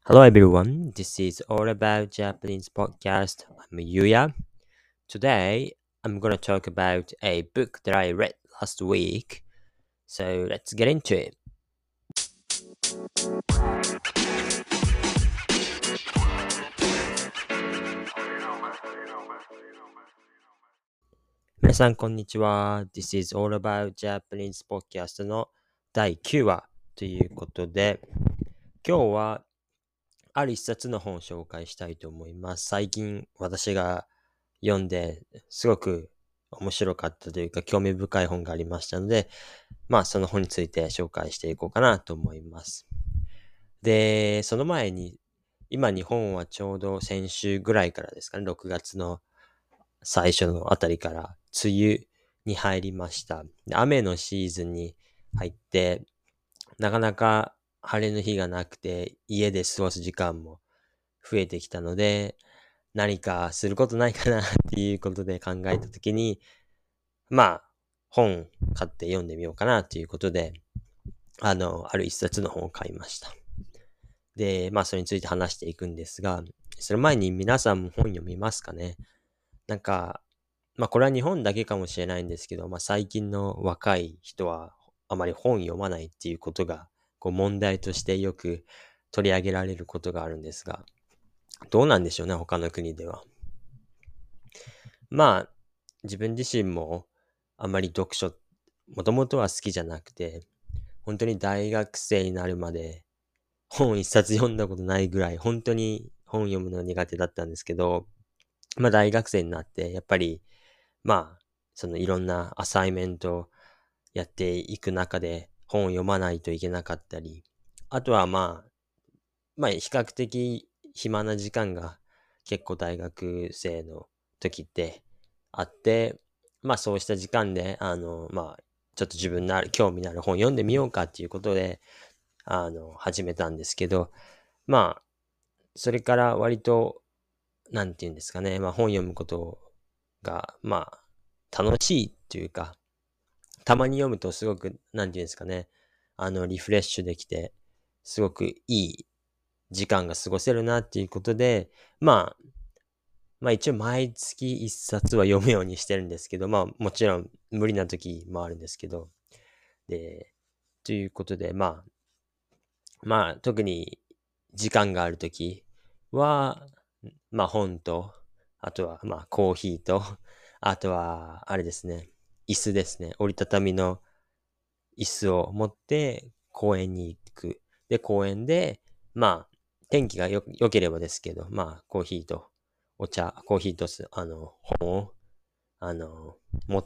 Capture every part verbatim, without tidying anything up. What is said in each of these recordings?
Hello everyone, this is All About Japanese podcast. I'm Yuya. Today I'm gonna talk about a book that I read last week. So let's get into it. 皆さんこんにちは。This is All About Japanese podcast のだいきゅうわということで、今日はある一冊の本を紹介したいと思います。最近私が読んですごく面白かったというか興味深い本がありましたので、まあその本について紹介していこうかなと思います。で、その前に、今日本はちょうど先週ぐらいからですかね、ろくがつの最初のあたりから梅雨に入りました。雨のシーズンに入って、なかなか晴れの日がなくて家で過ごす時間も増えてきたので、何かすることないかなっていうことで考えたときに、まあ、本買って読んでみようかなということで、あの、ある一冊の本を買いました。で、まあ、それについて話していくんですが、その前に皆さんも本読みますかね？なんか、まあ、これは日本だけかもしれないんですけど、まあ、最近の若い人はあまり本読まないっていうことが、こう問題としてよく取り上げられることがあるんですが、どうなんでしょうね、他の国では。まあ、自分自身もあまり読書、もともとは好きじゃなくて、本当に大学生になるまで本一冊読んだことないぐらい、本当に本読むの苦手だったんですけど、まあ大学生になって、やっぱり、まあ、そのいろんなアサイメントをやっていく中で本を読まないといけなかったり、あとはまあ、まあ比較的暇な時間が結構大学生の時ってあって、まあそうした時間で、あの、まあ、ちょっと自分のある興味のある本読んでみようかっていうことで、あの、始めたんですけど、まあ、それから割と、なんていうんですかね、まあ本読むことが、まあ、楽しいっていうか、たまに読むとすごく、なんていうんですかね、あの、リフレッシュできて、すごくいい時間が過ごせるなっていうことで、まあ、まあ一応毎月一冊は読むようにしてるんですけど、まあもちろん無理な時もあるんですけど、で、ということで、まあ、まあ特に時間がある時は、まあ本と、あとはまあコーヒーと、あとはあれですね、椅子ですね、折りたたみの椅子を持って公園に行く。で、公園で、まあ、天気がよ、良ければですけど、まあ、コーヒーとお茶、コーヒーとす、あの、本を、あの、持って、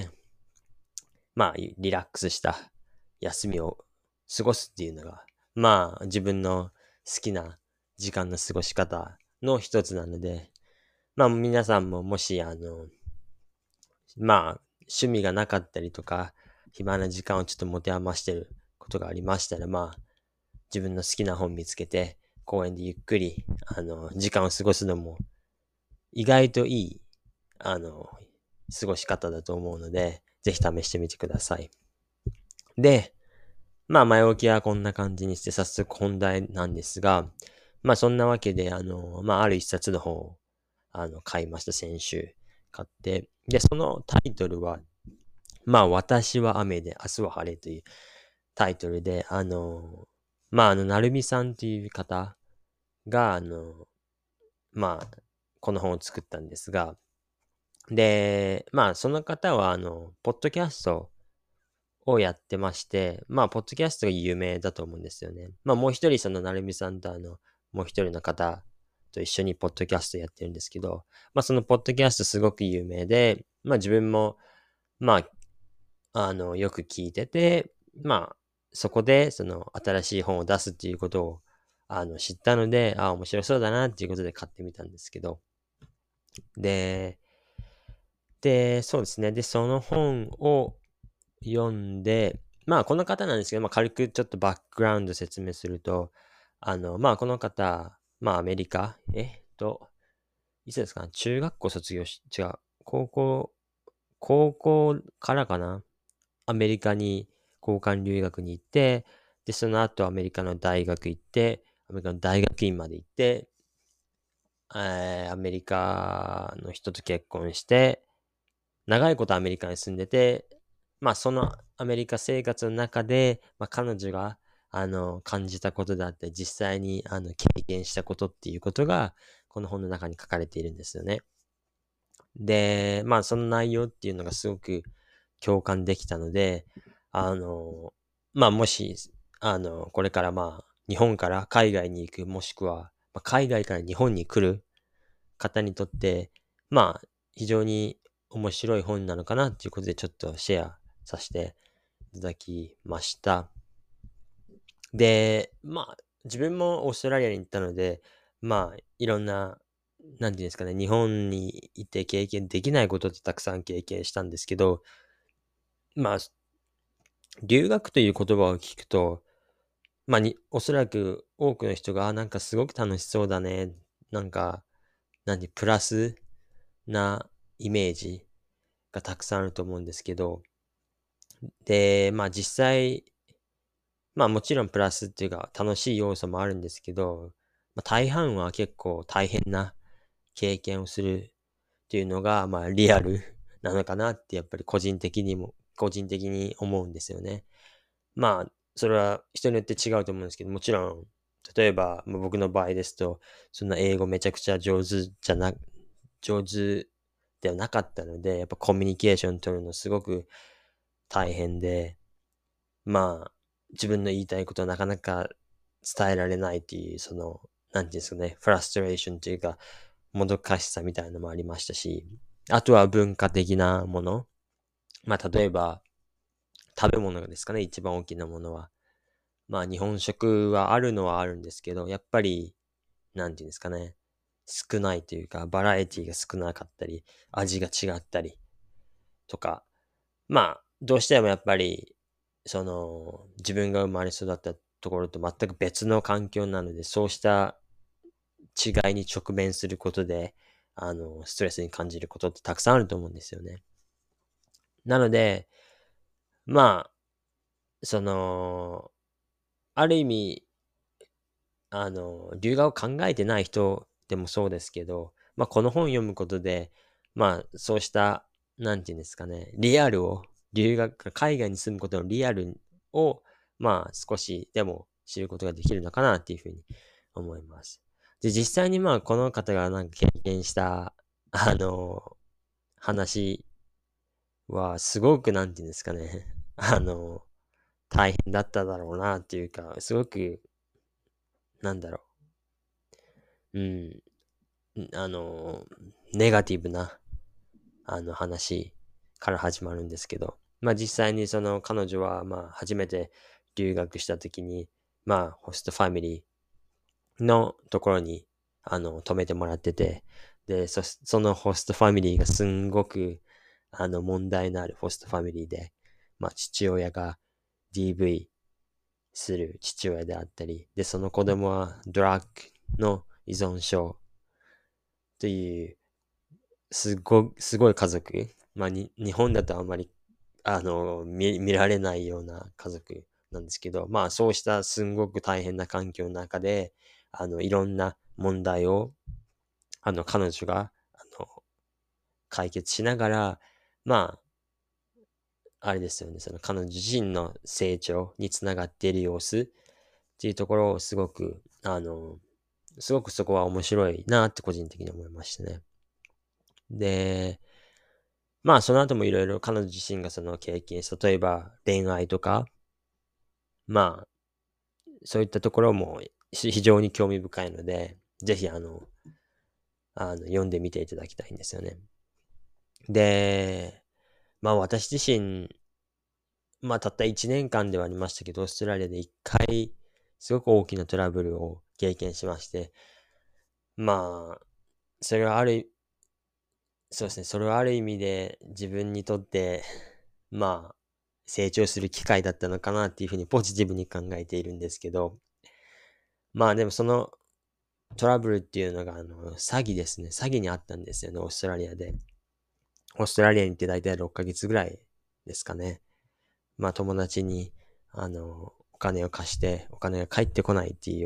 まあ、リラックスした休みを過ごすっていうのが、まあ、自分の好きな時間の過ごし方の一つなので、まあ、皆さんももし、あの、まあ、趣味がなかったりとか、暇な時間をちょっと持て余してることがありましたら、まあ、自分の好きな本見つけて、公園でゆっくり、あの、時間を過ごすのも、意外といい、あの、過ごし方だと思うので、ぜひ試してみてください。で、まあ、前置きはこんな感じにして、早速本題なんですが、まあ、そんなわけで、あの、まあ、ある一冊の本を、あの、買いました、先週。買って。で、そのタイトルは、まあ、私は雨で、明日は晴れというタイトルで、あの、まあ、あの、なるみさんという方が、あの、まあ、この本を作ったんですが、で、まあ、その方は、あの、ポッドキャストをやってまして、まあ、ポッドキャストが有名だと思うんですよね。まあ、もう一人、その、なるみさんと、あの、もう一人の方と一緒にポッドキャストやってるんですけど、まあ、そのポッドキャストすごく有名で、まあ、自分も、まあ、あの、よく聞いてて、まあ、そこで、その、新しい本を出すっていうことを、あの、知ったので、あ、面白そうだなっていうことで買ってみたんですけど、で、で、そうですね。で、その本を読んで、まあ、この方なんですけど、まあ、軽くちょっとバックグラウンド説明すると、あの、まあ、この方、まあ、アメリカ、えっと、いつですか？中学校卒業し、違う、高校、高校からかな、アメリカに交換留学に行って、で、その後アメリカの大学行って、 アメリカの大学院まで行って、えーアメリカの人と結婚して、長いことアメリカに住んでて、まあそのアメリカ生活の中で、まあ彼女が、あの、感じたことだって実際にあの経験したことっていうことが、この本の中に書かれているんですよね。で、まあその内容っていうのがすごく共感できたので、あの、まあもし、あの、これからまあ日本から海外に行く、もしくは、まあ、海外から日本に来る方にとって、まあ非常に面白い本なのかなっていうことでちょっとシェアさせていただきました。で、まあ自分もオーストラリアに行ったので、まあいろんななんていうんですかね、日本にいて経験できないことってたくさん経験したんですけど、まあ、留学という言葉を聞くと、まあに、おそらく多くの人が、あなんかすごく楽しそうだね。なんか、何、プラスなイメージがたくさんあると思うんですけど、で、まあ実際、まあもちろんプラスっていうか楽しい要素もあるんですけど、まあ、大半は結構大変な経験をするっていうのが、まあリアルなのかなってやっぱり個人的にも、個人的に思うんですよね。まあ、それは人によって違うと思うんですけど、もちろん、例えば、まあ、僕の場合ですと、そんな英語めちゃくちゃ上手じゃな、上手ではなかったので、やっぱコミュニケーション取るのすごく大変で、まあ、自分の言いたいことはなかなか伝えられないっていう、その、なんていうんですかね、フラストレーションというか、もどかしさみたいなのもありましたし、あとは文化的なもの。まあ、例えば、食べ物ですかね、一番大きなものは。まあ、日本食はあるのはあるんですけど、やっぱり、なんていうんですかね、少ないというか、バラエティが少なかったり、味が違ったりとか、まあ、どうしてもやっぱり、その、自分が生まれ育ったところと全く別の環境なので、そうした違いに直面することで、あの、ストレスに感じることってたくさんあると思うんですよね。なので、まあ、その、ある意味、あの、留学を考えてない人でもそうですけど、まあ、この本を読むことで、まあ、そうした、なんていうんですかね、リアルを、留学、海外に住むことのリアルを、まあ、少しでも知ることができるのかなっていうふうに思います。で、実際にまあ、この方がなんか経験した、あの、話は、すごく、なんていうんですかね、あの、大変だっただろうなっていうか、すごく、なんだろう、うん、あの、ネガティブな、あの話から始まるんですけど、まあ実際にその彼女は、まあ初めて留学した時に、まあホストファミリーのところに、あの、泊めてもらってて、で、そ、そのホストファミリーがすんごく、あの、問題のあるホストファミリーで、まあ父親が ディーブイ する父親であったり、で、その子供はドラッグの依存症という、すご、すごい家族。まあ、に、日本だとあんまり、あの、見、見られないような家族なんですけど、まあ、そうしたすんごく大変な環境の中で、あの、いろんな問題を、あの、彼女が、あの、解決しながら、まあ、あれですよね、その彼女自身の成長につながっている様子っていうところをすごく、あの、すごくそこは面白いなって個人的に思いましたね。で、まあ、その後もいろいろ彼女自身がその経験した、例えば恋愛とか、まあ、そういったところも非常に興味深いので、ぜひあの、あの、読んでみていただきたいんですよね。で、まあ私自身、まあたったいちねんかんではありましたけど、オーストラリアでいっかい、すごく大きなトラブルを経験しまして、まあ、それはある、そうですね、それはある意味で自分にとって、まあ、成長する機会だったのかなっていうふうにポジティブに考えているんですけど、まあでもそのトラブルっていうのが、あの、詐欺ですね。詐欺にあったんですよね、オーストラリアで。オーストラリアに行って大体ろっかげつぐらいですかね。まあ友達に、あの、お金を貸して、お金が返ってこないっていうような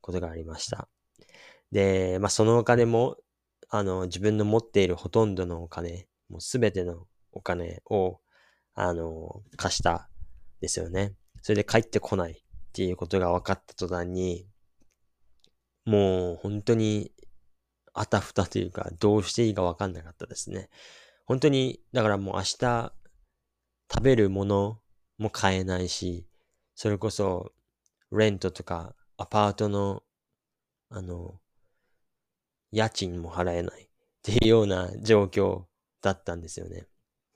ことがありました。で、まあそのお金も、あの、自分の持っているほとんどのお金、もうすべてのお金を、あの、貸したんですよね。それで帰ってこないっていうことが分かった途端に、もう本当にあたふたというか、どうしていいか分かんなかったですね。本当に、だからもう明日食べるものも買えないし、それこそレントとかアパートの、あの、家賃も払えないっていうような状況だったんですよね。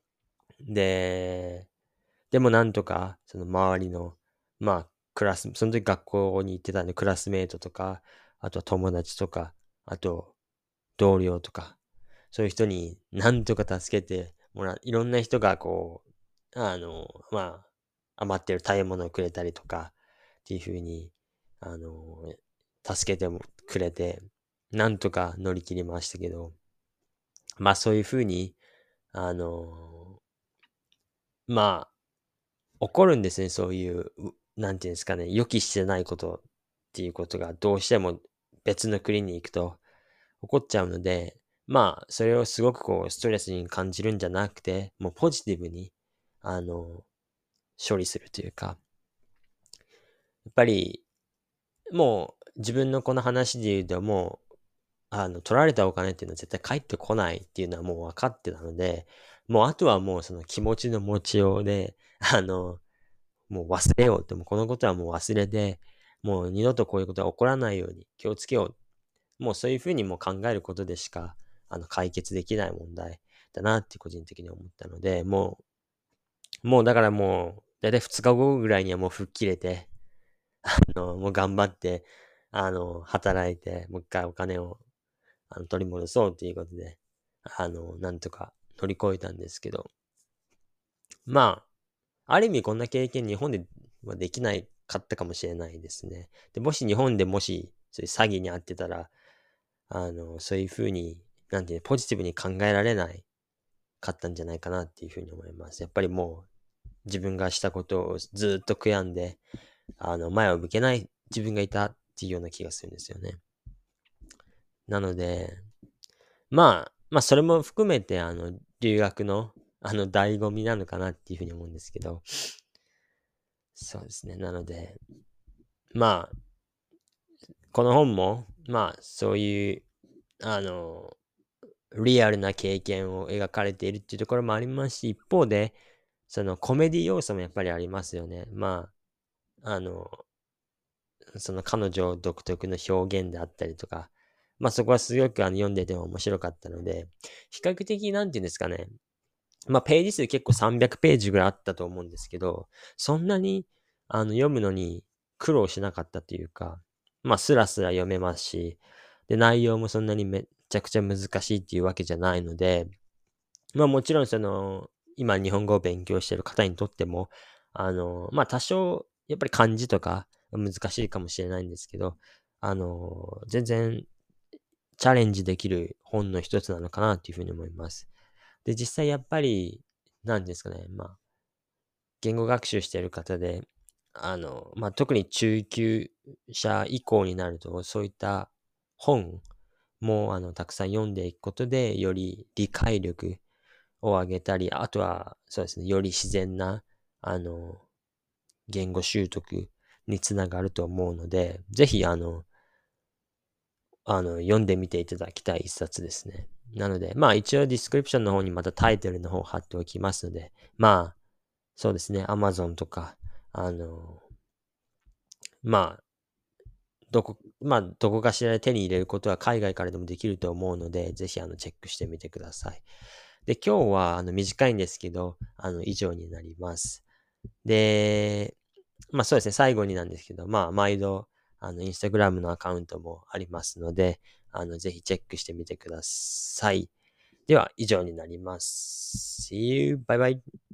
で、でもなんとか、その周りの、まあ、クラス、その時学校に行ってたんで、クラスメイトとか、あとは友達とか、あと同僚とか、そういう人になんとか助けてもらう、いろんな人がこう、あの、まあ、余ってる食べ物をくれたりとか、っていう風に、あの、助けてもくれて、なんとか乗り切りましたけど、まあそういう風に、あの、まあ、起こるんですね、そういう、うなんていうんですかね、予期してないことっていうことがどうしても別の国に行くと起こっちゃうので、まあ、それをすごくこうストレスに感じるんじゃなくて、もうポジティブに、あの、処理するというか、やっぱり、もう自分のこの話で言うともう、あの、取られたお金っていうのは絶対返ってこないっていうのはもう分かってたので、もうあとはもうその気持ちの持ちようで、あの、もう忘れようって、もうこのことはもう忘れて、もう二度とこういうことが起こらないように気をつけよう。もうそういうふうにもう考えることでしか、あの、解決できない問題だなって個人的に思ったので、もう、もうだからもう、だいたいふつかごぐらいにはもう吹っ切れて、あの、もう頑張って、あの、働いて、もう一回お金を、あの、取り戻そうっていうことで、あの、なんとか乗り越えたんですけど、まあ、ある意味こんな経験日本ではできないかったかもしれないですね。で、もし日本でもし、そういう詐欺に遭ってたら、あの、そういう風に、なんていうの、ポジティブに考えられないかったんじゃないかなっていう風に思います。やっぱりもう、自分がしたことをずっと悔やんで、あの、前を向けない自分がいたっていうような気がするんですよね。なので、まあ、まあ、それも含めて、あの、留学の、あの、醍醐味なのかなっていう風に思うんですけど、そうですね。なので、まあ、この本も、まあ、そういう、あの、リアルな経験を描かれているっていうところもありますし、一方で、そのコメディ要素もやっぱりありますよね。まあ、あの、その彼女独特の表現であったりとか、まあそこはすごくあの読んでても面白かったので、比較的なんていうんですかね、まあページ数結構さんびゃくページぐらいあったと思うんですけど、そんなにあの読むのに苦労しなかったというか、まあスラスラ読めますし、で内容もそんなにめちゃくちゃ難しいっていうわけじゃないので、まあもちろんその、今日本語を勉強している方にとっても、あの、まあ多少、やっぱり漢字とか難しいかもしれないんですけど、あの、全然チャレンジできる本の一つなのかなっていうふうに思います。で、実際やっぱり、なんですかね、まあ、言語学習している方で、あの、まあ特に中級者以降になると、そういった本も、あの、たくさん読んでいくことで、より理解力を上げたり、あとは、そうですね、より自然な、あの、言語習得につながると思うので、ぜひ、あの、あの、読んでみていただきたい一冊ですね。なので、まあ一応ディスクリプションの方にまたタイトルの方を貼っておきますので、まあ、そうですね、Amazon とか、あの、まあ、どこ、まあ、どこかしらで手に入れることは海外からでもできると思うので、ぜひ、あの、チェックしてみてください。で、今日は、あの、短いんですけど、あの、以上になります。で、まあそうですね、最後になんですけど、まあ毎度、あの、インスタグラムのアカウントもありますので、あの、ぜひチェックしてみてください。では、以上になります。See you! バイバイ